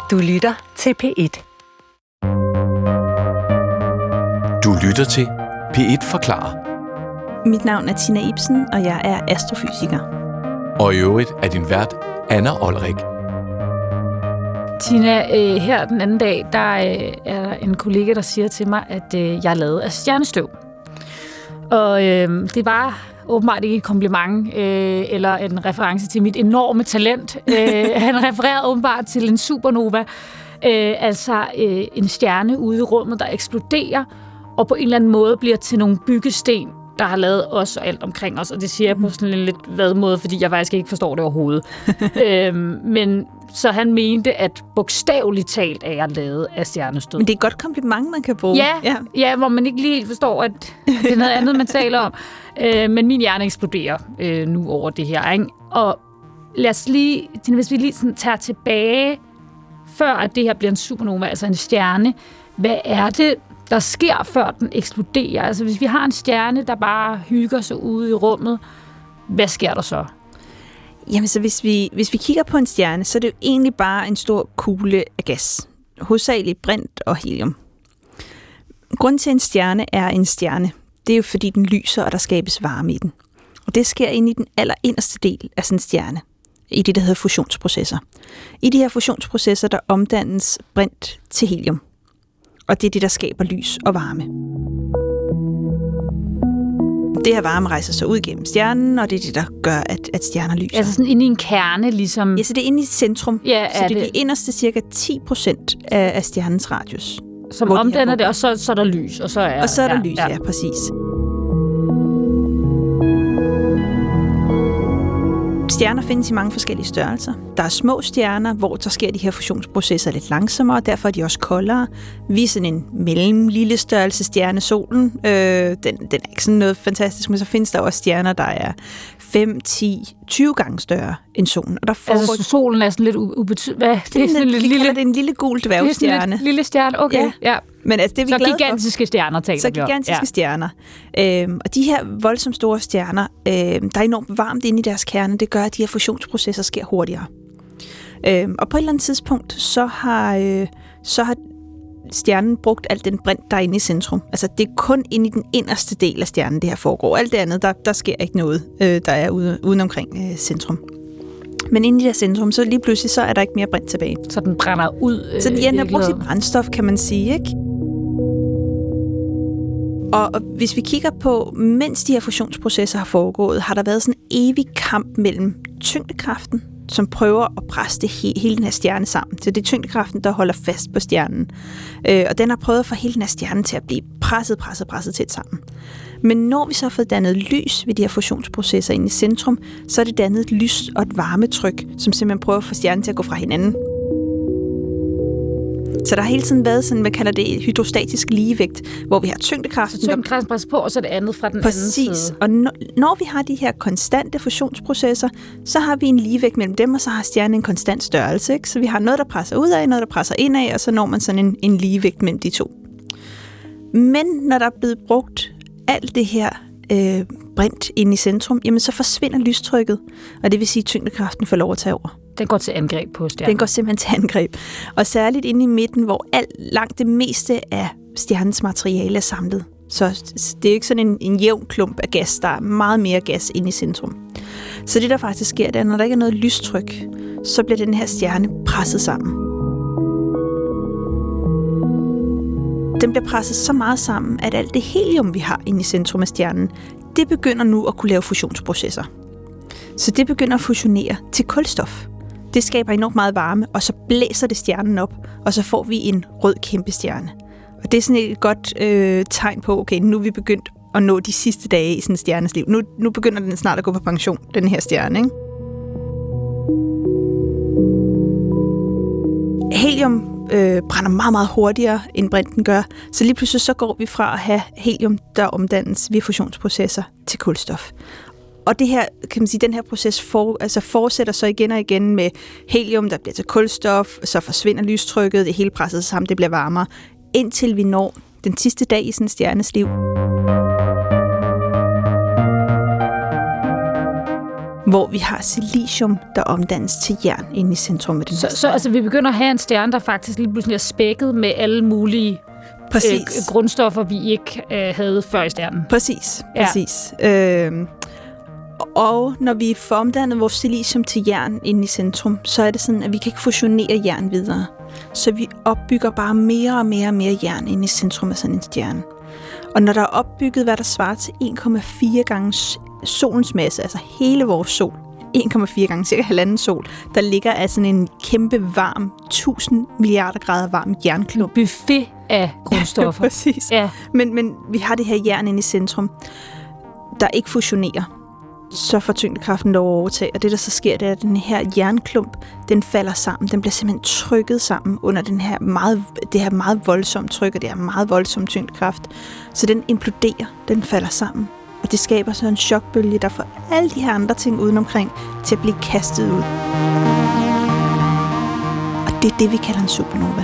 Du lytter til P1. Du lytter til P1 forklarer. Mit navn er Tina Ibsen, og jeg er astrofysiker. Og i øvrigt er din vært Anna Olrik. Tina, her den anden dag, der er der en kollega, der siger til mig, at jeg er lavet af stjernestøv. Og det var åbenbart ikke et kompliment eller en reference til mit enorme talent. Han refererede åbenbart til en supernova, altså en stjerne ude i rummet, der eksploderer, og på en eller anden måde bliver til nogle byggesten, der har lavet os og alt omkring os. Og det siger jeg på sådan en lidt vadmåde, fordi jeg faktisk ikke forstår det overhovedet. Men så han mente, at bogstaveligt talt er jeg lavet af stjernestøv. Men det er et godt kompliment, man kan bruge. Ja, hvor man ikke lige forstår, at det er noget andet, man taler om. Men min hjerne eksploderer nu over det her. Ikke? Og lad os lige, hvis vi lige sådan tager tilbage, før at det her bliver en supernova, altså en stjerne, hvad er det, der sker, før den eksploderer? Altså hvis vi har en stjerne, der bare hygger sig ude i rummet, hvad sker der så? Jamen så hvis vi kigger på en stjerne, så er det jo egentlig bare en stor kugle af gas. Hovedsageligt brint og helium. Grunden til, at en stjerne er en stjerne, det er jo fordi den lyser, og der skabes varme i den. Og det sker inde i den allerinderste del af sådan en stjerne, i det, der hedder fusionsprocesser. I de her fusionsprocesser, der omdannes brint til helium. Og det er det, der skaber lys og varme. Det her varme rejser sig ud gennem stjernen, og det er det, der gør, at stjerner lyser. Altså sådan inde i en kerne, ligesom... Ja, så det er inde i centrum. Ja, så det er de inderste cirka 10% af stjernens radius. Som omdanner det, og så er der lys. Og så er der lys, ja, præcis. Stjerner findes i mange forskellige størrelser. Der er små stjerner, hvor der sker de her fusionsprocesser lidt langsommere, og derfor er de også koldere. Vi er sådan en mellemlille størrelse stjerne, solen. Den er ikke sådan noget fantastisk, men så findes der også stjerner, der er 5, 10, 20 gange større end solen. Og der altså solen er sådan lidt ubetydelig. Det er sådan en lille gul dværgstjerne. En lille stjerne, okay. Ja. Men altså, det er vi så gigantiske stjerner, taler vi om. Så gigantiske stjerner. Og de her voldsomt store stjerner, der er enormt varmt inde i deres kerne, det gør, at de her fusionsprocesser sker hurtigere. Og på et eller andet tidspunkt, så har stjernen brugt alt den brint, der er inde i centrum. Altså, det er kun inde i den inderste del af stjernen, det her foregår. Alt det andet, der sker ikke noget, der er uden omkring centrum. Men inde i det her centrum, så lige pludselig, så er der ikke mere brint tilbage. Så den brænder ud? Så den har brugt sit brændstof, kan man sige, ikke? Og hvis vi kigger på, mens de her fusionsprocesser har foregået, har der været sådan en evig kamp mellem tyngdekraften, som prøver at presse hele den her stjerne sammen. Så det er tyngdekraften, der holder fast på stjernen. Og den har prøvet at få hele den her stjerne til at blive presset tæt sammen. Men når vi så har fået dannet lys ved de her fusionsprocesser inde i centrum, så er det dannet et lys og et varmetryk, som simpelthen prøver at få stjernen til at gå fra hinanden. Så der har hele tiden været sådan, hvad kalder det, hydrostatisk ligevægt, hvor vi har tyngdekraften. Så tyngdekraften presser på, og så det andet fra den Præcis. anden side. Og når vi har de her konstante fusionsprocesser, så har vi en ligevægt mellem dem, og så har stjernen en konstant størrelse. Ikke? Så vi har noget, der presser ud af, noget, der presser ind af, og så når man sådan en ligevægt mellem de to. Men når der er blevet brugt alt det her brint inde i centrum, jamen så forsvinder lystrykket, og det vil sige, at tyngdekraften får lov at tage over. Den går til angreb på stjernen. Den går simpelthen til angreb. Og særligt inde i midten, hvor langt det meste af stjernens materiale er samlet. Så det er ikke sådan en jævn klump af gas. Der er meget mere gas inde i centrum. Så det, der faktisk sker, det er, når der ikke er noget lystryk, så bliver den her stjerne presset sammen. Den bliver presset så meget sammen, at alt det helium, vi har inde i centrum af stjernen, det begynder nu at kunne lave fusionsprocesser. Så det begynder at fusionere til kulstof. Det skaber enormt meget varme, og så blæser det stjernen op, og så får vi en rød kæmpe stjerne. Og det er sådan et godt tegn på, okay, nu er vi begyndt at nå de sidste dage i sådan en stjernes liv. Nu begynder den snart at gå på pension, den her stjerne, ikke? Helium brænder meget, meget hurtigere, end brinten gør. Så lige pludselig så går vi fra at have helium, der omdannes via fusionsprocesser, til kulstof. Og det her, kan man sige, den her proces fortsætter så igen og igen med helium, der bliver til kulstof, så forsvinder lystrykket, det hele presset sammen, det bliver varmere, indtil vi når den sidste dag i sådan en stjernes liv, hvor vi har silicium, der omdannes til jern inde i centrum af den her Så altså, vi begynder at have en stjerne, der faktisk lige pludselig er spækket med alle mulige grundstoffer, vi ikke havde før i stjernen. Præcis. Og når vi får omdannet vores silicium til jern inde i centrum, så er det sådan, at vi kan ikke fusionere jern videre. Så vi opbygger bare mere og mere og mere jern inde i centrum af sådan en stjerne. Og når der er opbygget, hvad der svarer til 1,4 gange solens masse, altså hele vores sol, 1,4 gange, cirka halvanden sol, der ligger af sådan en kæmpe varm, 1000 milliarder grader varm jernklump. Buffet af grundstoffer. Ja, præcis. Ja. Men vi har det her jern inde i centrum, der ikke fusionerer. Så får tyngdekraften lov at overtage, og det der så sker, det er, at den her jernklump, den falder sammen. Den bliver simpelthen trykket sammen under det her meget voldsomme tryk, og det her meget voldsomme tyngdekraft. Så den imploderer, den falder sammen. Og det skaber så en chokbølge, der får alle de her andre ting udenomkring til at blive kastet ud. Og det er det, vi kalder en supernova.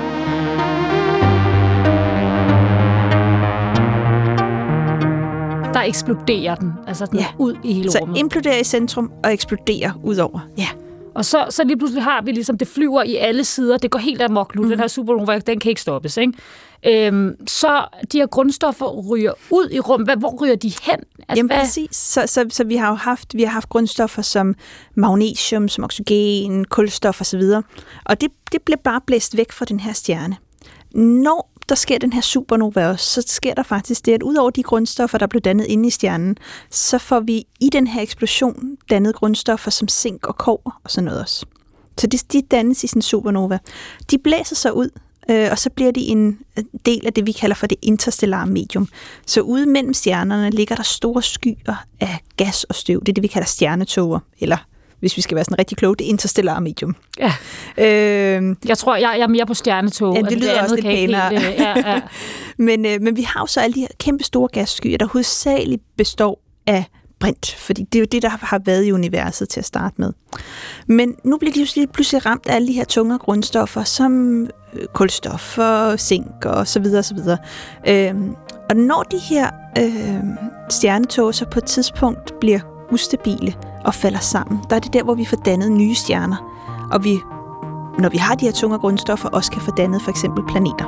Der eksploderer den, altså den ud i hele rummet. Så imploderer i centrum og eksploderer ud over. Ja. Og så lige pludselig har vi ligesom, det flyver i alle sider, det går helt amok nu, den her supernova, den kan ikke stoppes, ikke? Så de her grundstoffer ryger ud i rummet. Hvor ryger de hen? Altså, jamen præcis. Så vi har haft grundstoffer som magnesium, som oxygen, kulstof osv. Og det bliver bare blæst væk fra den her stjerne. Når der sker den her supernova også, så sker der faktisk det, at ud over de grundstoffer, der blev dannet inde i stjernen, så får vi i den her eksplosion dannet grundstoffer som zink og kobber og sådan noget også. Så de dannes i sådan en supernova. De blæser sig ud, og så bliver de en del af det, vi kalder for det interstellare medium. Så ude mellem stjernerne ligger der store skyer af gas og støv. Det er det, vi kalder stjernetåger, eller hvis vi skal være sådan rigtig kloge, det interstellare medium. Ja. Jeg tror, jeg er mere på stjernetog. Ja, det lyder det også lidt pænere. Ja. Men vi har jo så alle de her kæmpe store gasskyer, der hovedsageligt består af brint, fordi det er jo det, der har været i universet til at starte med. Men nu bliver de jo pludselig ramt af alle de her tunge grundstoffer, som kulstof og zink og så videre, og så videre. Og når de her stjernetog så på et tidspunkt bliver ustabile og falder sammen, der er det der, hvor vi får dannet nye stjerner, og vi, når vi har de her tunge grundstoffer, også kan få dannet for eksempel planeter.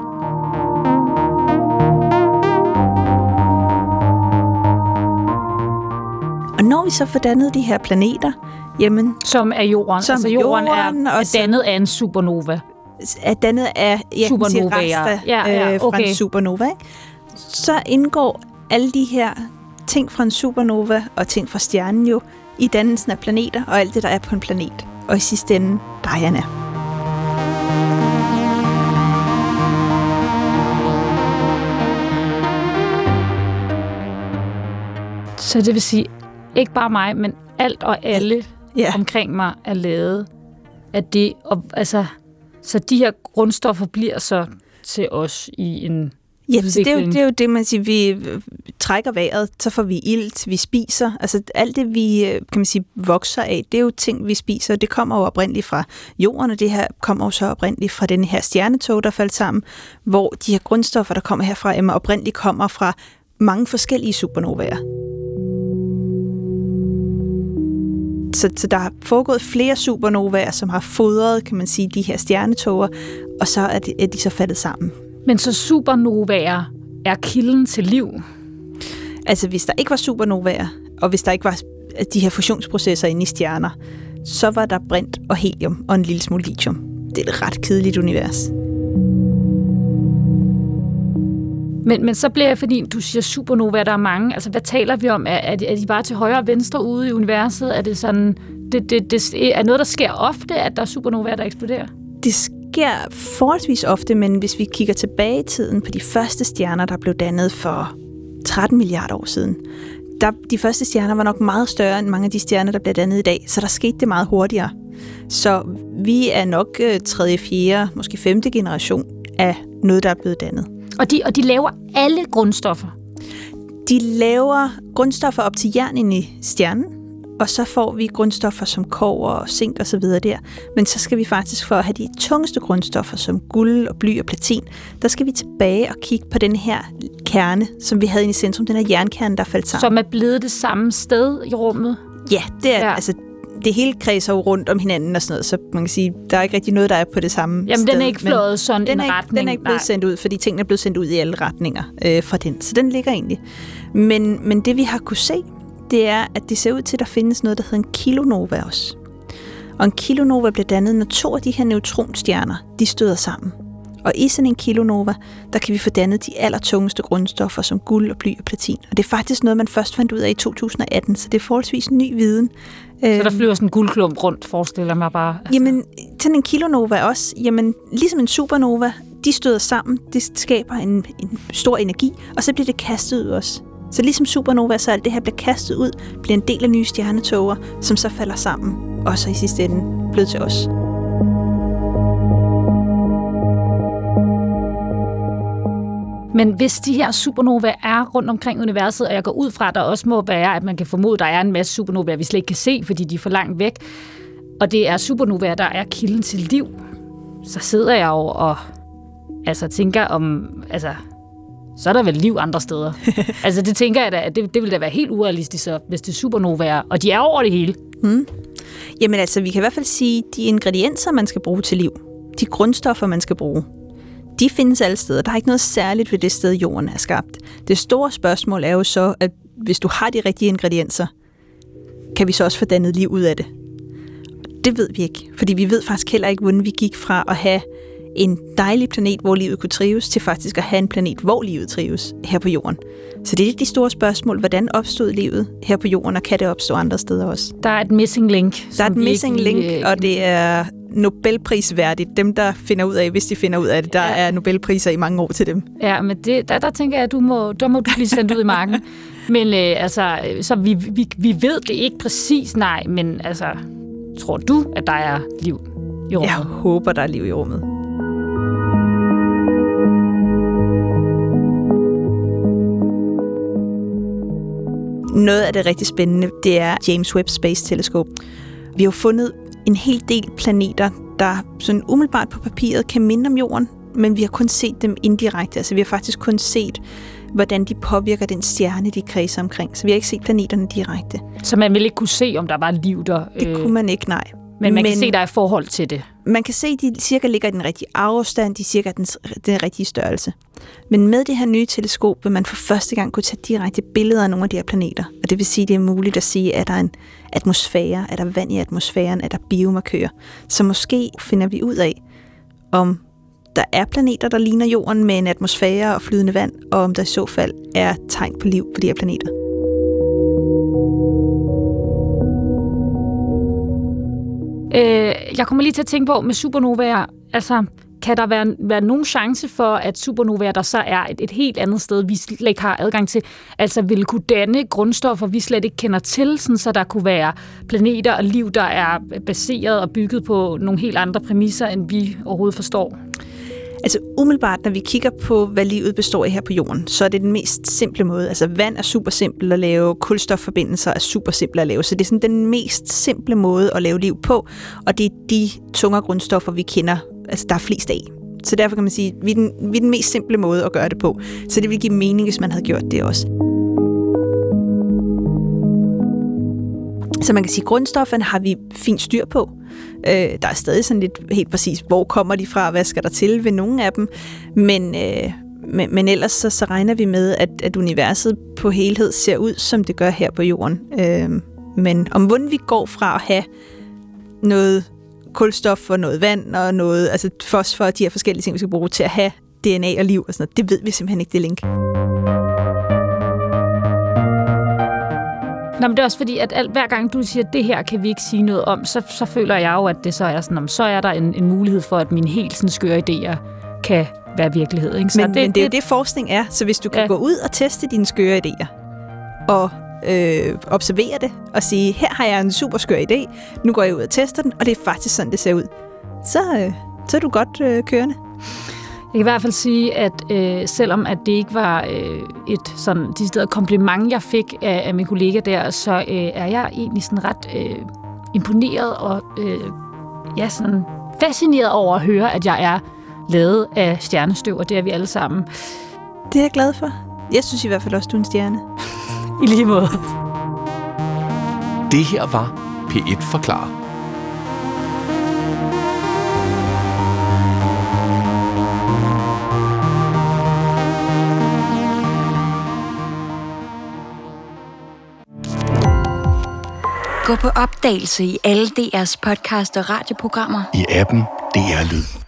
Og når vi så får dannet de her planeter, jamen... Som er jorden. Som altså jorden er dannet af en supernova. Er dannet af rester fra en supernova. Ikke? Så indgår alle de her ting fra en supernova og ting fra stjernen jo i dannelsen af planeter og alt det, der er på en planet. Og i sidste ende, Diana. Så det vil sige, ikke bare mig, men alt og alle omkring mig er lavet af det. Og, altså, så de her grundstoffer bliver så til os i en udvikling. Det er jo det, man siger, vi trækker vejret, så får vi ilt, vi spiser. Altså alt det, vi kan man sige, vokser af, det er jo ting, vi spiser. Det kommer jo oprindeligt fra jorden, og det her kommer jo så oprindeligt fra den her stjernetog, der faldt sammen, hvor de her grundstoffer, der kommer herfra, oprindeligt kommer fra mange forskellige supernovaer. Så der har foregået flere supernovaer, som har fodret, kan man sige, de her stjernetoger, og så er de så faldet sammen. Men så supernovaer er kilden til liv? Altså, hvis der ikke var supernovaer, og hvis der ikke var de her fusionsprocesser inde i stjerner, så var der brint og helium og en lille smule lithium. Det er et ret kedeligt univers. Men så bliver jeg, fordi du siger supernovaer, der er mange. Altså, hvad taler vi om? Er de bare til højre og venstre ude i universet? Er det sådan, det er noget, der sker ofte, at der er supernovaer, der eksploderer? Det sker forholdsvis ofte, men hvis vi kigger tilbage i tiden på de første stjerner, der blev dannet for 13 milliarder år siden, de første stjerner var nok meget større end mange af de stjerner, der bliver dannet i dag, så der skete det meget hurtigere. Så vi er nok 3., 4., måske 5. generation af noget, der er blevet dannet. Og de laver alle grundstoffer? De laver grundstoffer op til jern inde i stjernen, og så får vi grundstoffer som kobber og zink og så videre der. Men så skal vi faktisk, for at have de tungeste grundstoffer som guld og bly og platin, der skal vi tilbage og kigge på den her kerne, som vi havde inde i centrum, den her jernkerne, der faldt sammen. Som er blevet det samme sted i rummet? Ja, det er altså det hele kredser jo rundt om hinanden og sådan noget, så man kan sige, der er ikke rigtig noget, der er på det samme Jamen, sted. den er ikke flået sådan en retning. Den er ikke blevet sendt ud, fordi tingene er blevet sendt ud i alle retninger fra den. Så den ligger egentlig. Men det, vi har kunne se, det er, at det ser ud til, at der findes noget, der hedder en kilonova også. Og en kilonova bliver dannet, når 2 af de her neutronstjerner, de støder sammen. Og i sådan en kilonova, der kan vi få dannet de allertungeste grundstoffer, som guld og bly og platin. Og det er faktisk noget, man først fandt ud af i 2018, så det er forholdsvis ny viden. Så der flyver sådan en guldklump rundt, forestiller mig bare. Altså. Jamen, sådan en kilonova også, jamen, ligesom en supernova, de støder sammen, det skaber en stor energi, og så bliver det kastet ud også. Så ligesom supernova, så alt det her bliver kastet ud, bliver en del af nye stjernetåger, som så falder sammen, og så i sidste ende blevet til os. Men hvis de her supernovaer er rundt omkring universet, og jeg går ud fra, at der også må være, at man kan formode, at der er en masse supernovaer, vi slet ikke kan se, fordi de er for langt væk, og det er supernovaer, der er kilden til liv, så sidder jeg jo og tænker om, så er der vel liv andre steder. Det tænker jeg da, at det vil da være helt urealistisk, hvis det er supernovaer, og de er over det hele. Jamen vi kan i hvert fald sige, de ingredienser, man skal bruge til liv, de grundstoffer, man skal bruge, de findes alle steder. Der er ikke noget særligt ved det sted, jorden er skabt. Det store spørgsmål er jo så, at hvis du har de rigtige ingredienser, kan vi så også få dannet liv ud af det? Det ved vi ikke, fordi vi ved faktisk heller ikke, hvordan vi gik fra at have en dejlig planet, hvor livet kunne trives, til faktisk at have en planet, hvor livet trives her på jorden. Så det er de store spørgsmål. Hvordan opstod livet her på jorden, og kan det opstå andre steder også? Der er et missing link. Der er et missing link, og det er Nobelprisværdigt. Dem, der finder ud af, hvis de finder ud af det, der er Nobelpriser i mange år til dem. Ja, men der tænker jeg, at der må du blive sendt ud i marken. Men så vi ved det ikke præcis, nej, men tror du, at der er liv i rummet? Jeg håber, der er liv i rummet. Noget af det rigtig spændende, det er James Webb Space Telescope. Vi har fundet en hel del planeter, der sådan umiddelbart på papiret kan minde om jorden, men vi har kun set dem indirekte. Vi har faktisk kun set, hvordan de påvirker den stjerne, de kredser omkring. Så vi har ikke set planeterne direkte. Så man ville ikke kunne se, om der var liv der? Det kunne man ikke, nej. Men man kan se, der er forhold til det? Man kan se, at de cirka ligger i den rigtige afstand, de cirka den rigtige størrelse. Men med det her nye teleskop vil man for første gang kunne tage direkte billeder af nogle af de her planeter. Og det vil sige, at det er muligt at sige, at der er en atmosfære, er der vand i atmosfæren, er der biomarkører. Så måske finder vi ud af, om der er planeter, der ligner jorden med en atmosfære og flydende vand, og om der i så fald er tegn på liv på de her planeter. Jeg kommer lige til at tænke på med supernovaer, kan der være nogen chance for, at supernovaer, der så er et helt andet sted, vi slet ikke har adgang til, vil kunne danne grundstoffer, vi slet ikke kender til, sådan, så der kunne være planeter og liv, der er baseret og bygget på nogle helt andre præmisser, end vi overhovedet forstår? Umiddelbart, når vi kigger på, hvad livet består af her på jorden, så er det den mest simple måde. Vand er super simpelt at lave, kulstofforbindelser er super simple at lave, så det er sådan den mest simple måde at lave liv på, og det er de tungere grundstoffer, vi kender, der er flest af. Så derfor kan man sige, at vi er den mest simple måde at gøre det på. Så det vil give mening, hvis man havde gjort det også. Så man kan sige, at grundstofferne har vi fint styr på. Der er stadig sådan lidt helt præcis, hvor kommer de fra, hvad skal der til ved nogle af dem. Men ellers så regner vi med, at universet på helhed ser ud, som det gør her på jorden. Men om hvordan vi går fra at have noget kulstof og noget vand og noget fosfor og de her forskellige ting, vi skal bruge til at have DNA og liv og sådan noget, det ved vi simpelthen ikke, det link. Nå, men det er også fordi, at hver gang du siger, at det her kan vi ikke sige noget om, så føler jeg jo, at det så er sådan, så er der en mulighed for, at mine helt sådan skøre idéer kan være virkelighed. Ikke? Så men det er jo det, forskning er. Så hvis du kan gå ud og teste dine skøre idéer, og observere det, og sige, her har jeg en super skør idé, nu går jeg ud og tester den, og det er faktisk sådan, det ser ud. Så er du godt kørende. Jeg kan i hvert fald sige, at selvom at det ikke var et sådan decideret kompliment, jeg fik af min kollega der, så er jeg egentlig sådan ret imponeret og sådan fascineret over at høre, at jeg er lavet af stjernestøv, og det er vi alle sammen. Det er jeg glad for. Jeg synes i hvert fald også, du er en stjerne. I lige måde. Det her var P1 Forklarer. Gå på opdagelse i alle DR's podcast og radioprogrammer. I appen DR Lyd.